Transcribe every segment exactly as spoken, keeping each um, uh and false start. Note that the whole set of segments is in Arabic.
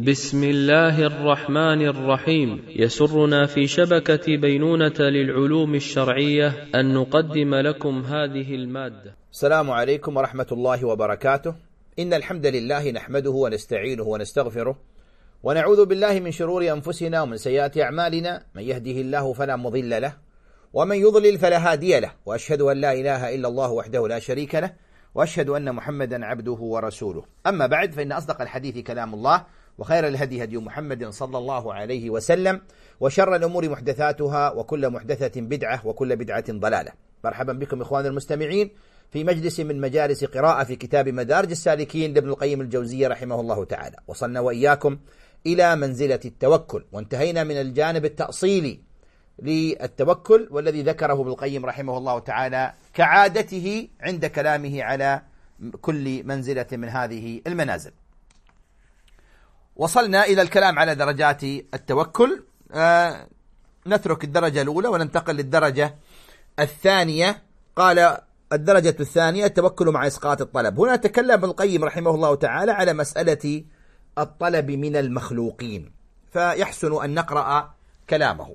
بسم الله الرحمن الرحيم. يسرنا في شبكة بينونة للعلوم الشرعية أن نقدم لكم هذه المادة. السلام عليكم ورحمة الله وبركاته. إن الحمد لله نحمده ونستعينه ونستغفره ونعوذ بالله من شرور أنفسنا ومن سيئات أعمالنا، من يهده الله فلا مضل له ومن يضلل فلا هادي له، وأشهد أن لا إله إلا الله وحده لا شريك له، وأشهد أن محمدا عبده ورسوله. أما بعد، فإن أصدق الحديث كلام الله، وخير الهدي هدي محمد صلى الله عليه وسلم، وشر الأمور محدثاتها، وكل محدثة بدعة، وكل بدعة ضلالة. مرحبا بكم إخوان المستمعين في مجلس من مجالس قراءة في كتاب مدارج السالكين لابن القيم الجوزية رحمه الله تعالى. وصلنا وإياكم إلى منزلة التوكل، وانتهينا من الجانب التأصيلي للتوكل، والذي ذكره ابن القيم رحمه الله تعالى كعادته عند كلامه على كل منزلة من هذه المنازل. وصلنا إلى الكلام على درجات التوكل. آه نترك الدرجة الأولى وننتقل للدرجة الثانية. قال الدرجة الثانية التوكل مع إسقاط الطلب. هنا تكلم ابن القيم رحمه الله تعالى على مسألة الطلب من المخلوقين، فيحسن أن نقرأ كلامه.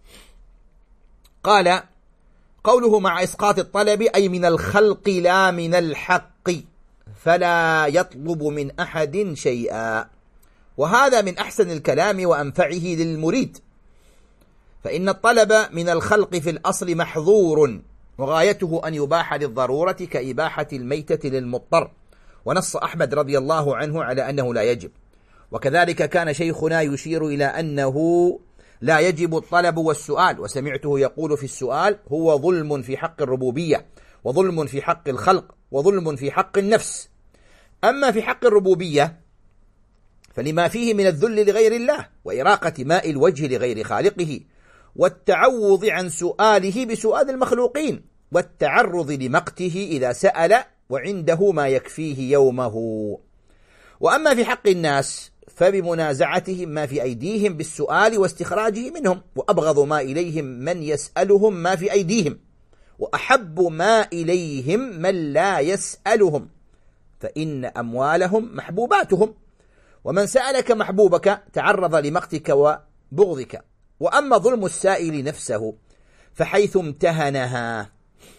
قال: قوله مع إسقاط الطلب أي من الخلق لا من الحق، فلا يطلب من أحد شيئا. وهذا من أحسن الكلام وأنفعه للمريد، فإن الطلب من الخلق في الأصل محظور، وغايته أن يباح للضرورة كإباحة الميتة للمضطر، ونص أحمد رضي الله عنه على أنه لا يجب. وكذلك كان شيخنا يشير إلى أنه لا يجب الطلب والسؤال، وسمعته يقول في السؤال: هو ظلم في حق الربوبية، وظلم في حق الخلق، وظلم في حق النفس. أما في حق الربوبية فلما فيه من الذل لغير الله، وإراقة ماء الوجه لغير خالقه، والتعوض عن سؤاله بسؤال المخلوقين، والتعرض لمقته إذا سأل وعنده ما يكفيه يومه. وأما في حق الناس فبمنازعتهم ما في أيديهم بالسؤال واستخراجه منهم، وأبغض ما إليهم من يسألهم ما في أيديهم، وأحب ما إليهم من لا يسألهم، فإن أموالهم محبوباتهم، ومن سألك محبوبك تعرض لمقتك وبغضك. وأما ظلم السائل نفسه فحيث امتهنها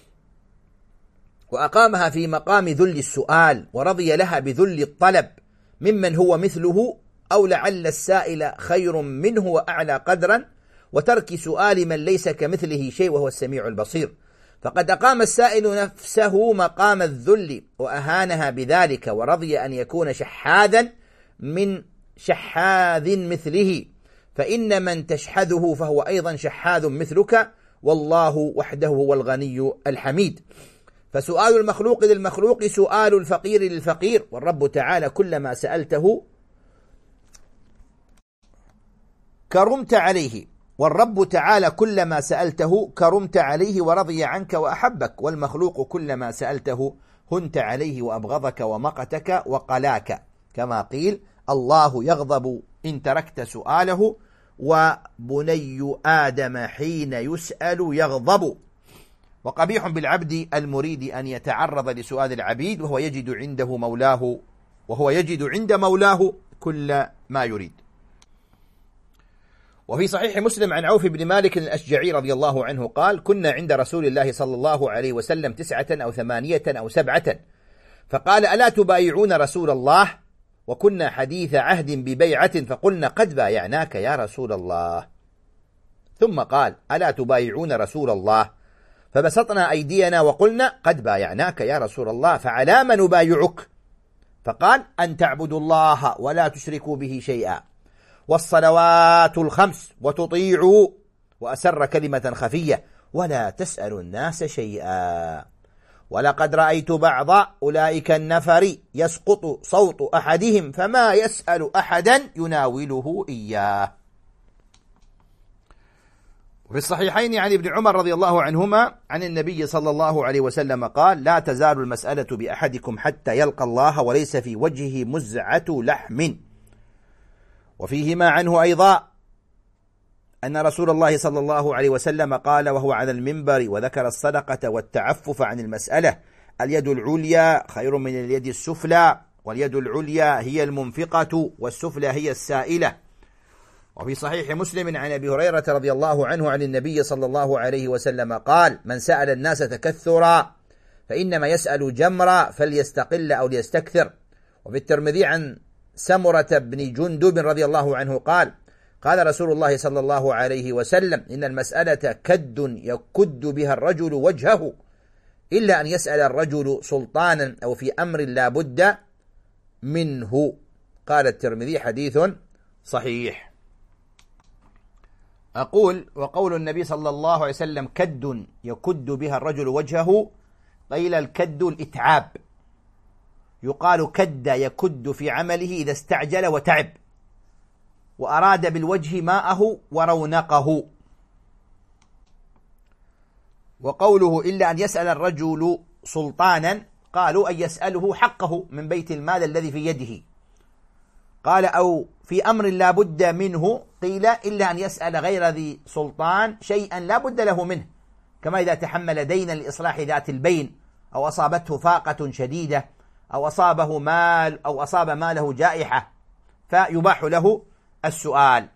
وأقامها في مقام ذل السؤال، ورضي لها بذل الطلب ممن هو مثله، أو لعل السائل خير منه وأعلى قدرا، وترك سؤال من ليس كمثله شيء وهو السميع البصير، فقد أقام السائل نفسه مقام الذل وأهانها بذلك، ورضي أن يكون شحاذا من شحاذ مثله، فإن من تشحذه فهو أيضا شحاذ مثلك، والله وحده هو الغني الحميد. فسؤال المخلوق للمخلوق سؤال الفقير للفقير، والرب تعالى كلما سألته كرمت عليه والرب تعالى كلما سألته كرمت عليه ورضي عنك وأحبك، والمخلوق كلما سألته هنت عليه وأبغضك ومقتك وقلاك، كما قيل: الله يغضب إن تركت سؤاله، وبني آدم حين يسأل يغضب. وقبيح بالعبد المريد أن يتعرض لسؤال العبيد وهو يجد عنده مولاه وهو يجد عند مولاه كل ما يريد. وفي صحيح مسلم عن عوف بن مالك الأشجعي رضي الله عنه قال: كنا عند رسول الله صلى الله عليه وسلم تسعة أو ثمانية أو سبعة، فقال: ألا تبايعون رسول الله؟ وكنا حديث عهد ببيعة، فقلنا: قد بايعناك يا رسول الله. ثم قال: ألا تبايعون رسول الله؟ فبسطنا أيدينا وقلنا: قد بايعناك يا رسول الله، فعلى ما نبايعك؟ فقال: أن تعبدوا الله ولا تشركوا به شيئا، والصلوات الخمس، وتطيعوا، وأسر كلمة خفية، ولا تسألوا الناس شيئا. ولقد رأيت بعض أولئك النفر يسقط صوت أحدهم فما يسأل أحدا يناوله إياه. وفي الصحيحين عن ابن عمر رضي الله عنهما عن النبي صلى الله عليه وسلم قال: لا تزال المسألة بأحدكم حتى يلقى الله وليس في وجهه مزعة لحم. وفيهما عنه أيضا أن رسول الله صلى الله عليه وسلم قال وهو على المنبر وذكر الصدقة والتعفف عن المسألة: اليد العليا خير من اليد السفلى، واليد العليا هي المنفقة والسفلى هي السائلة. وفي صحيح مسلم عن أبي هريرة رضي الله عنه عن النبي صلى الله عليه وسلم قال: من سأل الناس تكثرا فإنما يسأل جمرا فليستقل أو ليستكثر. وفي الترمذي عن سمرة بن جندب رضي الله عنه قال: قال رسول الله صلى الله عليه وسلم: إن المسألة كد يكد بها الرجل وجهه إلا أن يسأل الرجل سلطانا أو في أمر لا بد منه. قال الترمذي: حديث صحيح. أقول: وقول النبي صلى الله عليه وسلم كد يكد بها الرجل وجهه، قيل الكد الإتعاب، يقال كد يكد في عمله إذا استعجل وتعب، وأراد بالوجه ماءه ورونقه. وقوله إلا أن يسأل الرجل سلطانا، قالوا أن يسأله حقه من بيت المال الذي في يده. قال: أو في أمر لا بد منه، قيل إلا أن يسأل غير ذي سلطان شيئا لا بد له منه، كما إذا تحمل دينا لإصلاح ذات البين، أو أصابته فاقة شديدة، أو أصابه مال أو أصاب ماله جائحة، فيباح له السؤال.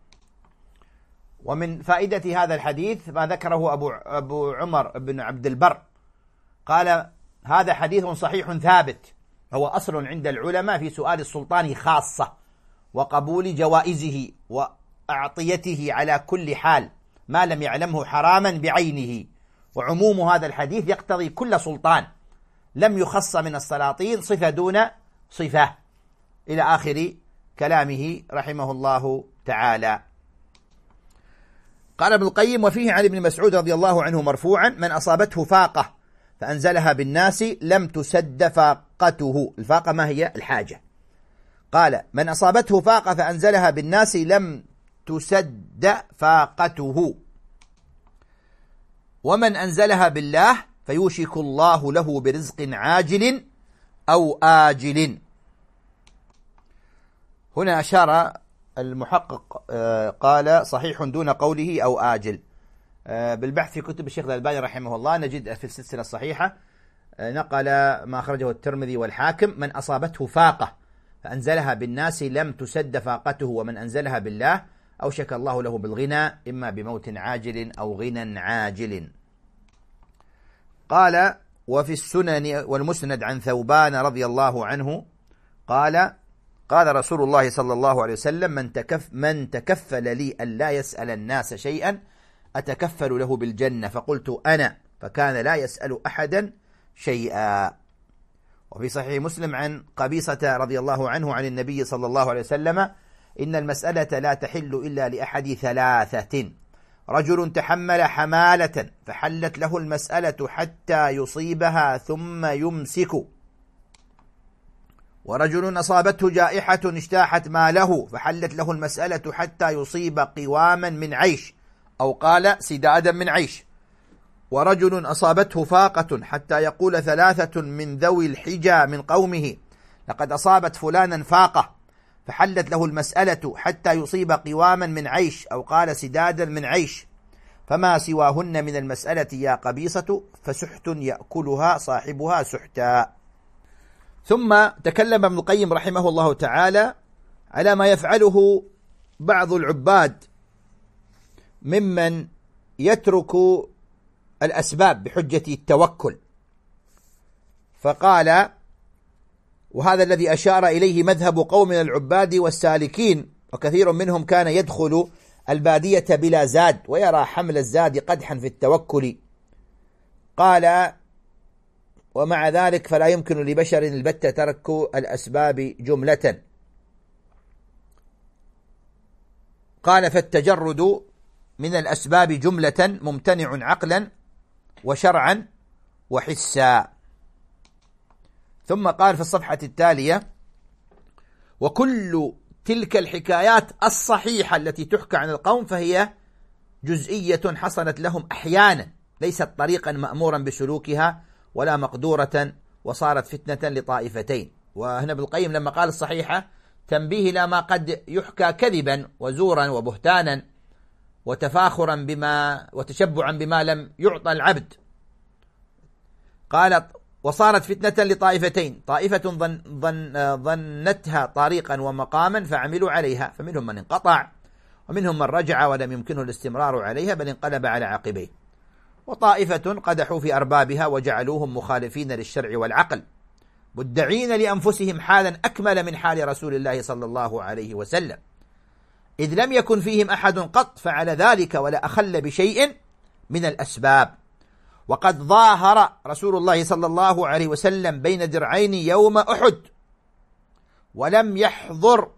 ومن فائدة هذا الحديث ما ذكره أبو, أبو عمر بن عبد البر، قال: هذا حديث صحيح ثابت، هو أصل عند العلماء في سؤال السلطان خاصة، وقبول جوائزه وأعطيته على كل حال ما لم يعلمه حراما بعينه. وعموم هذا الحديث يقتضي كل سلطان، لم يخص من السلاطين صفة دون صفة، إلى آخر كلامه رحمه الله تعالى. قال ابن القيم: وفيه عن ابن مسعود رضي الله عنه مرفوعا: من أصابته فاقة فأنزلها بالناس لم تسد فاقته. الفاقة ما هي؟ الحاجة. قال: من أصابته فاقة فأنزلها بالناس لم تسد فاقته. ومن أنزلها بالله فيوشك الله له برزق عاجل أو آجل. هنا أشار المحقق قال صحيح دون قوله أو آجل. بالبحث في كتب الشيخ الألباني رحمه الله نجد في السلسلة الصحيحة نقل ما أخرجه الترمذي والحاكم: من أصابته فاقة فأنزلها بالناس لم تسد فاقته، ومن أنزلها بالله أوشك الله له بالغنى، إما بموت عاجل أو غنى عاجل. قال: وفي السنن والمسند عن ثوبان رضي الله عنه قال: قال رسول الله صلى الله عليه وسلم: من تكف من تكفل لي أن لا يسأل الناس شيئا أتكفل له بالجنة، فقلت أنا، فكان لا يسأل أحدا شيئا. وفي صحيح مسلم عن قبيصة رضي الله عنه عن النبي صلى الله عليه وسلم: إن المسألة لا تحل إلا لأحد ثلاثة: رجل تحمل حمالة فحلت له المسألة حتى يصيبها ثم يمسك، ورجل أصابته جائحة اجتاحت ماله فحلت له المسألة حتى يصيب قواما من عيش، أو قال سدادا من عيش، ورجل أصابته فاقة حتى يقول ثلاثة من ذوي الحجى من قومه: لقد أصابت فلانا فاقة، فحلت له المسألة حتى يصيب قواما من عيش، أو قال سدادا من عيش، فما سواهن من المسألة يا قبيصة فسحت يأكلها صاحبها سحتا. ثم تكلم ابن القيم رحمه الله تعالى على ما يفعله بعض العباد ممن يترك الأسباب بحجة التوكل، فقال: وهذا الذي أشار إليه مذهب قوم من العباد والسالكين، وكثير منهم كان يدخل البادية بلا زاد ويرى حمل الزاد قدحا في التوكل. قال: ومع ذلك فلا يمكن لبشر البتة ترك الأسباب جملة. قال: فالتجرد من الأسباب جملة ممتنع عقلا وشرعا وحسا. ثم قال في الصفحة التالية: وكل تلك الحكايات الصحيحة التي تحكى عن القوم فهي جزئية حصلت لهم أحيانا، ليست طريقا مأمورا بسلوكها ولا مقدورة، وصارت فتنة لطائفتين. وهنا ابن القيم لما قال الصحيحة تنبيه إلى ما قد يحكى كذبا وزورا وبهتانا وتفاخرا بما وتشبعا بما لم يعطى العبد. قال: وصارت فتنة لطائفتين، طائفة ظن ظن ظنتها طريقا ومقاما فعملوا عليها، فمنهم من انقطع ومنهم من رجع ولم يمكنه الاستمرار عليها بل انقلب على عقبيه، وطائفة قدحوا في أربابها وجعلوهم مخالفين للشرع والعقل مدعين لأنفسهم حالا أكمل من حال رسول الله صلى الله عليه وسلم، إذ لم يكن فيهم أحد قط فعل ذلك ولا أخل بشيء من الأسباب. وقد ظاهر رسول الله صلى الله عليه وسلم بين درعين يوم أحد ولم يحضر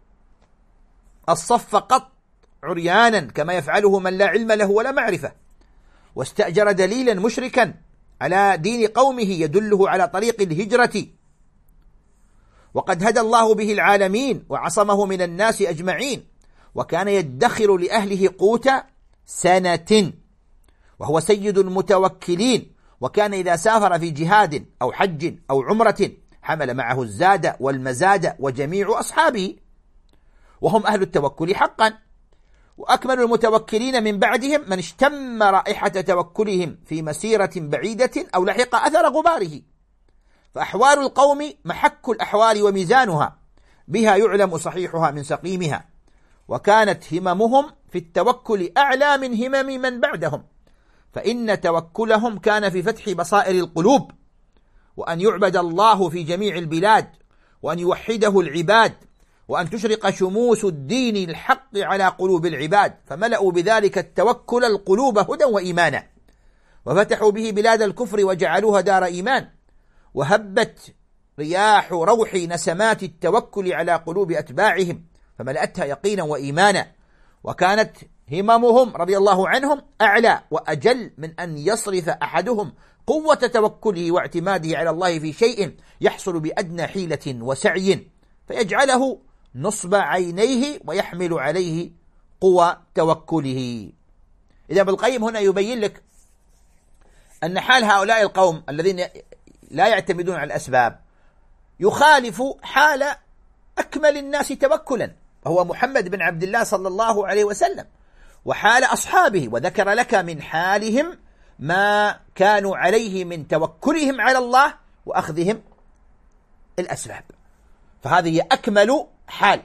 الصف قط عريانا كما يفعله من لا علم له ولا معرفة، واستأجر دليلا مشركا على دين قومه يدله على طريق الهجرة، وقد هدى الله به العالمين وعصمه من الناس أجمعين، وكان يدخر لأهله قوت سنة، وهو سيد المتوكلين، وكان إذا سافر في جهاد أو حج أو عمرة حمل معه الزاد والمزاد وجميع أصحابه، وهم أهل التوكل حقا. وأكمل المتوكلين من بعدهم من اشتم رائحة توكلهم في مسيرة بعيدة أو لحق أثر غباره، فأحوال القوم محك الأحوال وميزانها، بها يعلم صحيحها من سقيمها، وكانت هممهم في التوكل أعلى من همم من بعدهم، فإن توكلهم كان في فتح بصائر القلوب، وأن يعبد الله في جميع البلاد، وأن يوحده العباد، وأن تشرق شموس الدين الحق على قلوب العباد، فملأوا بذلك التوكل القلوب هدى وإيمانا، وفتحوا به بلاد الكفر وجعلوها دار إيمان، وهبت رياح روح نسمات التوكل على قلوب أتباعهم فملأتها يقينا وإيمانا، وكانت هممهم رضي الله عنهم أعلى وأجل من أن يصرف أحدهم قوة توكله واعتماده على الله في شيء يحصل بأدنى حيلة وسعي فيجعله نصب عينيه ويحمل عليه قوى توكله. إذا ابن القيم هنا يبين لك أن حال هؤلاء القوم الذين لا يعتمدون على الأسباب يخالف حال أكمل الناس توكلا وهو محمد بن عبد الله صلى الله عليه وسلم، وحال أصحابه، وذكر لك من حالهم ما كانوا عليه من توكلهم على الله وأخذهم الأسباب، فهذه أكمل حال.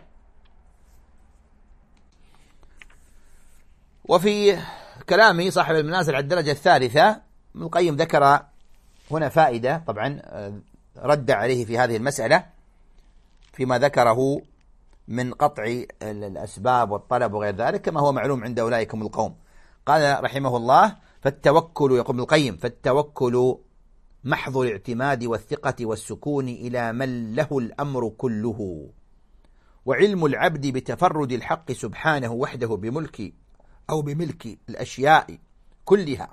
وفي كلامه صاحب المنازل على الدرجة الثالثة ابن القيم ذكر هنا فائدة، طبعا رد عليه في هذه المسألة فيما ذكره من قطع الأسباب والطلب وغير ذلك كما هو معلوم عند أولئك هم القوم. قال رحمه الله: فالتوكل، يقول ابن القيم: فالتوكل محض الاعتماد والثقة والسكون إلى من له الأمر كله، وعلم العبد بتفرد الحق سبحانه وحده بملك أو بملك الأشياء كلها،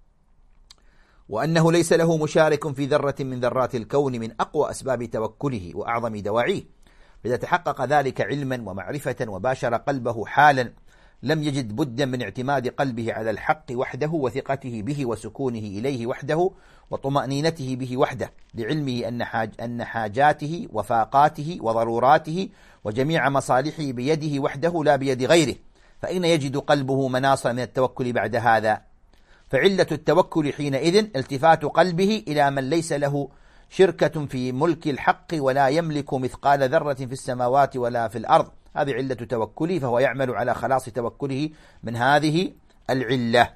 وأنه ليس له مشارك في ذرة من ذرات الكون من أقوى أسباب توكله وأعظم دواعيه. فإذا تحقق ذلك علما ومعرفة وباشر قلبه حالا لم يجد بدا من اعتماد قلبه على الحق وحده وثقته به وسكونه إليه وحده وطمأنينته به وحده، لعلمه أن حاج أن حاجاته وفاقاته وضروراته وجميع مصالحه بيده وحده لا بيد غيره، فإن يجد قلبه مناصا من التوكل بعد هذا؟ فعلة التوكل حينئذ التفات قلبه إلى من ليس له شركة في ملك الحق ولا يملك مثقال ذرة في السماوات ولا في الأرض، هذه علة توكله، فهو يعمل على خلاص توكله من هذه العلة.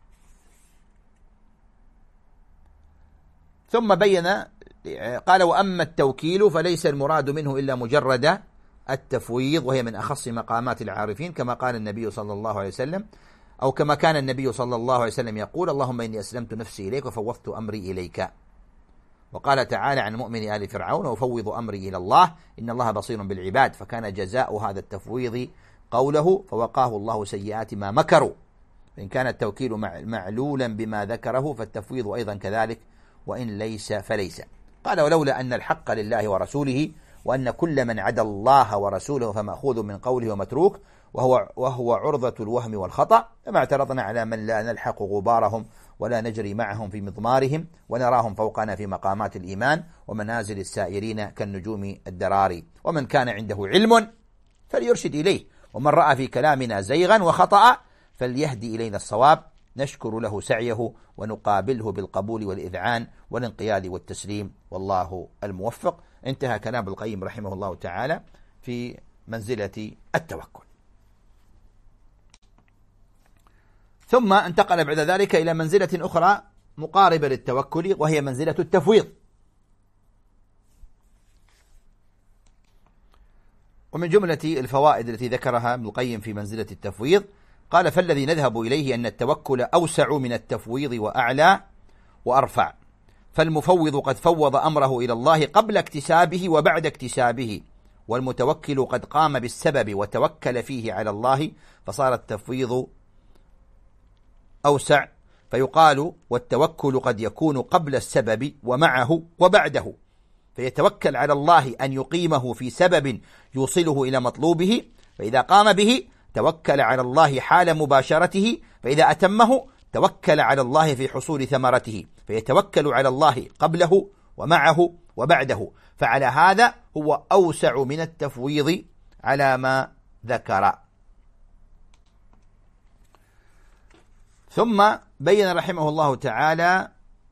ثم بين قال: وأما التوكيل فليس المراد منه إلا مجرد التفويض، وهي من أخص مقامات العارفين، كما قال النبي صلى الله عليه وسلم، أو كما كان النبي صلى الله عليه وسلم يقول: اللهم إني أسلمت نفسي إليك وفوضت أمري إليك. وقال تعالى عن مؤمن آل فرعون: وفوض أمري إلى الله إن الله بصير بالعباد، فكان جزاء هذا التفويض قوله: فوقاه الله سيئات ما مكروا. إن كان التوكيل معلولا بما ذكره فالتفويض أيضا كذلك، وإن ليس فليس. قال: ولولا أن الحق لله ورسوله، وأن كل من عدا الله ورسوله فمأخوذ من قوله ومتروك، وهو, وهو عرضة الوهم والخطأ، فما اعترضنا على من لا نلحق غبارهم ولا نجري معهم في مضمارهم ونراهم فوقنا في مقامات الإيمان ومنازل السائرين كالنجوم الدراري. ومن كان عنده علم فليرشد إليه، ومن رأى في كلامنا زيغا وخطأ فليهدي إلينا الصواب، نشكر له سعيه ونقابله بالقبول والإذعان والانقياد والتسليم، والله الموفق. انتهى كلام ابن القيم رحمه الله تعالى في منزلة التوكل. ثم انتقل بعد ذلك إلى منزلة أخرى مقاربة للتوكل، وهي منزلة التفويض. ومن جملة الفوائد التي ذكرها ابن القيم في منزلة التفويض قال: فالذي نذهب إليه أن التوكل أوسع من التفويض وأعلى وأرفع، فالمفوض قد فوض أمره إلى الله قبل اكتسابه وبعد اكتسابه، والمتوكل قد قام بالسبب وتوكل فيه على الله، فصار التفويض أوسع. فيقال: والتوكل قد يكون قبل السبب ومعه وبعده، فيتوكل على الله أن يقيمه في سبب يوصله إلى مطلوبه، فإذا قام به توكل على الله حال مباشرته، فإذا أتمه توكل على الله في حصول ثمرته، فيتوكل على الله قبله ومعه وبعده. فعلى هذا هو أوسع من التفويض على ما ذكر. ثم بين رحمه الله تعالى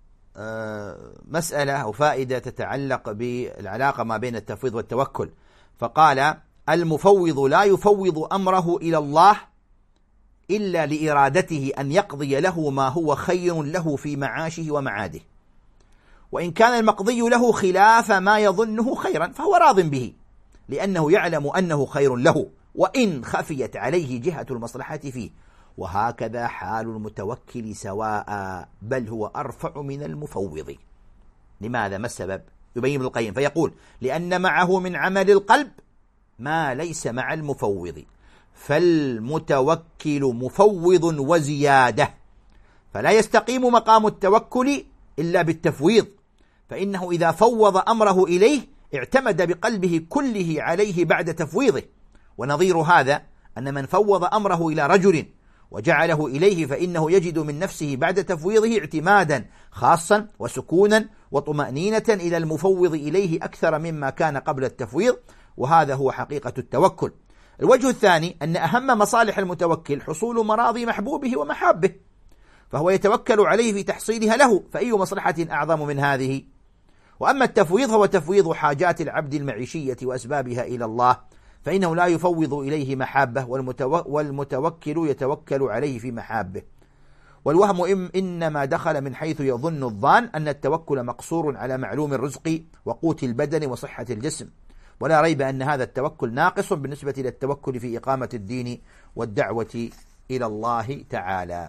مسألة أو فائدة تتعلق بالعلاقة ما بين التفويض والتوكل، فقال: المفوض لا يفوض أمره إلى الله إلا لإرادته أن يقضي له ما هو خير له في معاشه ومعاده، وإن كان المقضي له خلاف ما يظنه خيرا فهو راض به، لأنه يعلم أنه خير له، وإن خفيت عليه جهة المصلحة فيه. وهكذا حال المتوكل سواء، بل هو أرفع من المفوض. لماذا؟ ما السبب؟ يبين ابن القيم فيقول: لأن معه من عمل القلب ما ليس مع المفوض، فالمتوكل مفوض وزيادة، فلا يستقيم مقام التوكل إلا بالتفويض، فإنه إذا فوض أمره إليه اعتمد بقلبه كله عليه بعد تفويضه. ونظير هذا أن من فوض أمره إلى رجل وجعله إليه فإنه يجد من نفسه بعد تفويضه اعتمادا خاصا وسكونا وطمأنينة إلى المفوض إليه أكثر مما كان قبل التفويض، وهذا هو حقيقة التوكل. الوجه الثاني أن أهم مصالح المتوكل حصول مراضي محبوبه ومحابه، فهو يتوكل عليه في تحصيلها له، فأي مصلحة أعظم من هذه؟ وأما التفويض فهو تفويض حاجات العبد المعيشية وأسبابها إلى الله، فإنه لا يفوض إليه محابة، والمتوكل يتوكل عليه في محابه. والوهم إنما دخل من حيث يظن الظان أن التوكل مقصور على معلوم الرزق وقوت البدن وصحة الجسم، ولا ريب أن هذا التوكل ناقص بالنسبة إلى التوكل في إقامة الدين والدعوة إلى الله تعالى.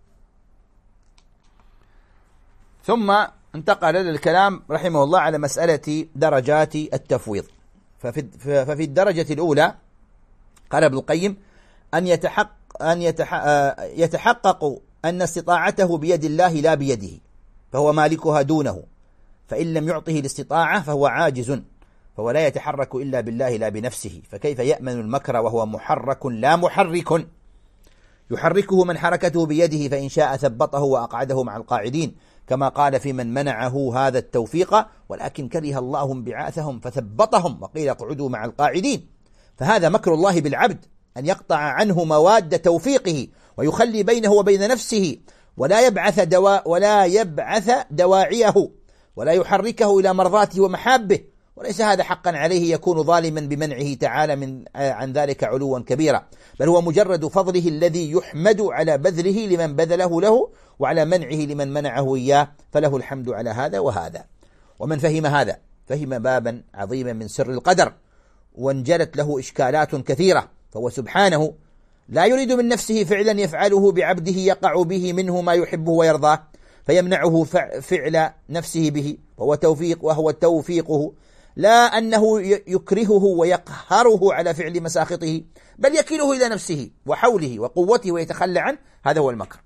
ثم انتقل للكلام رحمه الله على مسألة درجات التفويض. ففي, ففي الدرجة الأولى قال ابن القيم أن يتحقق, أن يتحقق أن استطاعته بيد الله لا بيده، فهو مالكها دونه، فإن لم يعطه الاستطاعة فهو عاجز، فهو لا يتحرك إلا بالله لا بنفسه، فكيف يأمن المكر وهو محرك لا محرك؟ يحركه من حركته بيده، فإن شاء ثبطه وأقعده مع القاعدين، كما قال في من منعه هذا التوفيق: ولكن كره الله انبعاثهم فثبطهم وقيل اقعدوا مع القاعدين. فهذا مكر الله بالعبد، أن يقطع عنه مواد توفيقه ويخلي بينه وبين نفسه، ولا يبعث دواء ولا يبعث دواعيه، ولا يحركه إلى مرضاته ومحابه. وليس هذا حقا عليه يكون ظالما بمنعه تعالى من عن ذلك علوا كبيرا، بل هو مجرد فضله الذي يحمد على بذله لمن بذله له، وعلى منعه لمن منعه إياه، فله الحمد على هذا وهذا. ومن فهم هذا فهم بابا عظيما من سر القدر، وانجلت له إشكالات كثيرة. فهو سبحانه لا يريد من نفسه فعلا يفعله بعبده يقع به منه ما يحبه ويرضاه، فيمنعه فعل نفسه به، وهو توفيق وهو توفيقه، لا أنه يكرهه ويقهره على فعل مساخطه، بل يكله إلى نفسه وحوله وقوته ويتخلى عنه. هذا هو المكر.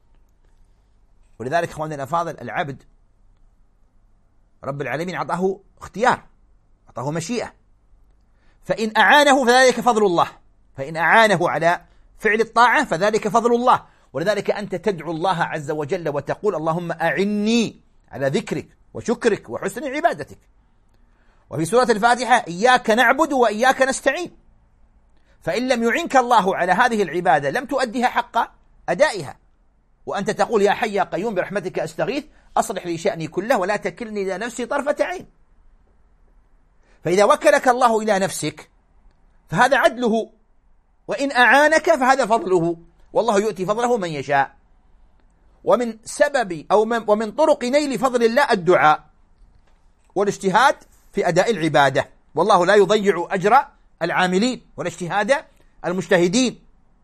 ولذلك أخواننا الأفاضل، العبد رب العالمين أعطاه اختيار، أعطاه مشيئة، فإن أعانه فذلك فضل الله، فإن أعانه على فعل الطاعة فذلك فضل الله. ولذلك أنت تدعو الله عز وجل وتقول: اللهم أعني على ذكرك وشكرك وحسن عبادتك. وفي سورة الفاتحة: إياك نعبد وإياك نستعين. فإن لم يعنك الله على هذه العبادة لم تؤديها حق أدائها. وأنت تقول يا حي يا قيوم برحمتك أستغيث أصلح لي شأني كله ولا تكلني إلى نفسي طرفة عين. فإذا وكلك الله إلى نفسك فهذا عدله، وإن أعانك فهذا فضله، والله يؤتي فضله من يشاء. ومن سبب أو من ومن طرق نيل فضل الله الدعاء والاجتهاد في أداء العبادة، والله لا يضيع أجر العاملين والاجتهاد المجتهدين.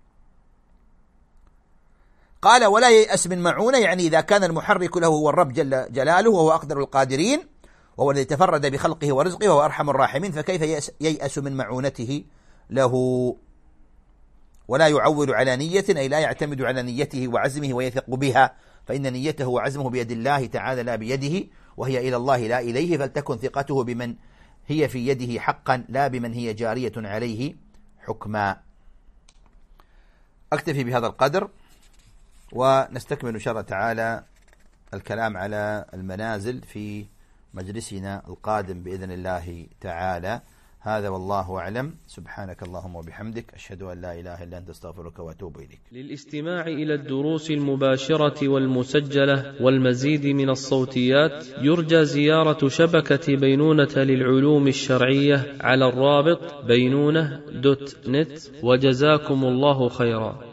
قال ولا ييأس من معونة، يعني إذا كان المحرك له هو الرب جل جلاله وهو أقدر القادرين وهو الذي تفرد بخلقه ورزقه وهو أرحم الراحمين، فكيف ييأس من معونته له؟ ولا يعول على نية، أي لا يعتمد على نيته وعزمه ويثق بها، فإن نيته وعزمه بيد الله تعالى لا بيده، وهي إلى الله لا إليه، فلتكن ثقته بمن هي في يده حقا لا بمن هي جارية عليه حكما. أكتفي بهذا القدر، ونستكمل إن شاء الله تعالى الكلام على المنازل في مجلسنا القادم بإذن الله تعالى. هذا والله أعلم. سبحانك اللهم وبحمدك، أشهد أن لا إله إلا أنت، أستغفرك وأتوب إليك. للاستماع إلى الدروس المباشرة والمسجلة والمزيد من الصوتيات يرجى زيارة شبكة بينونة للعلوم الشرعية على الرابط بينونة دوت نت، وجزاكم الله خيرا.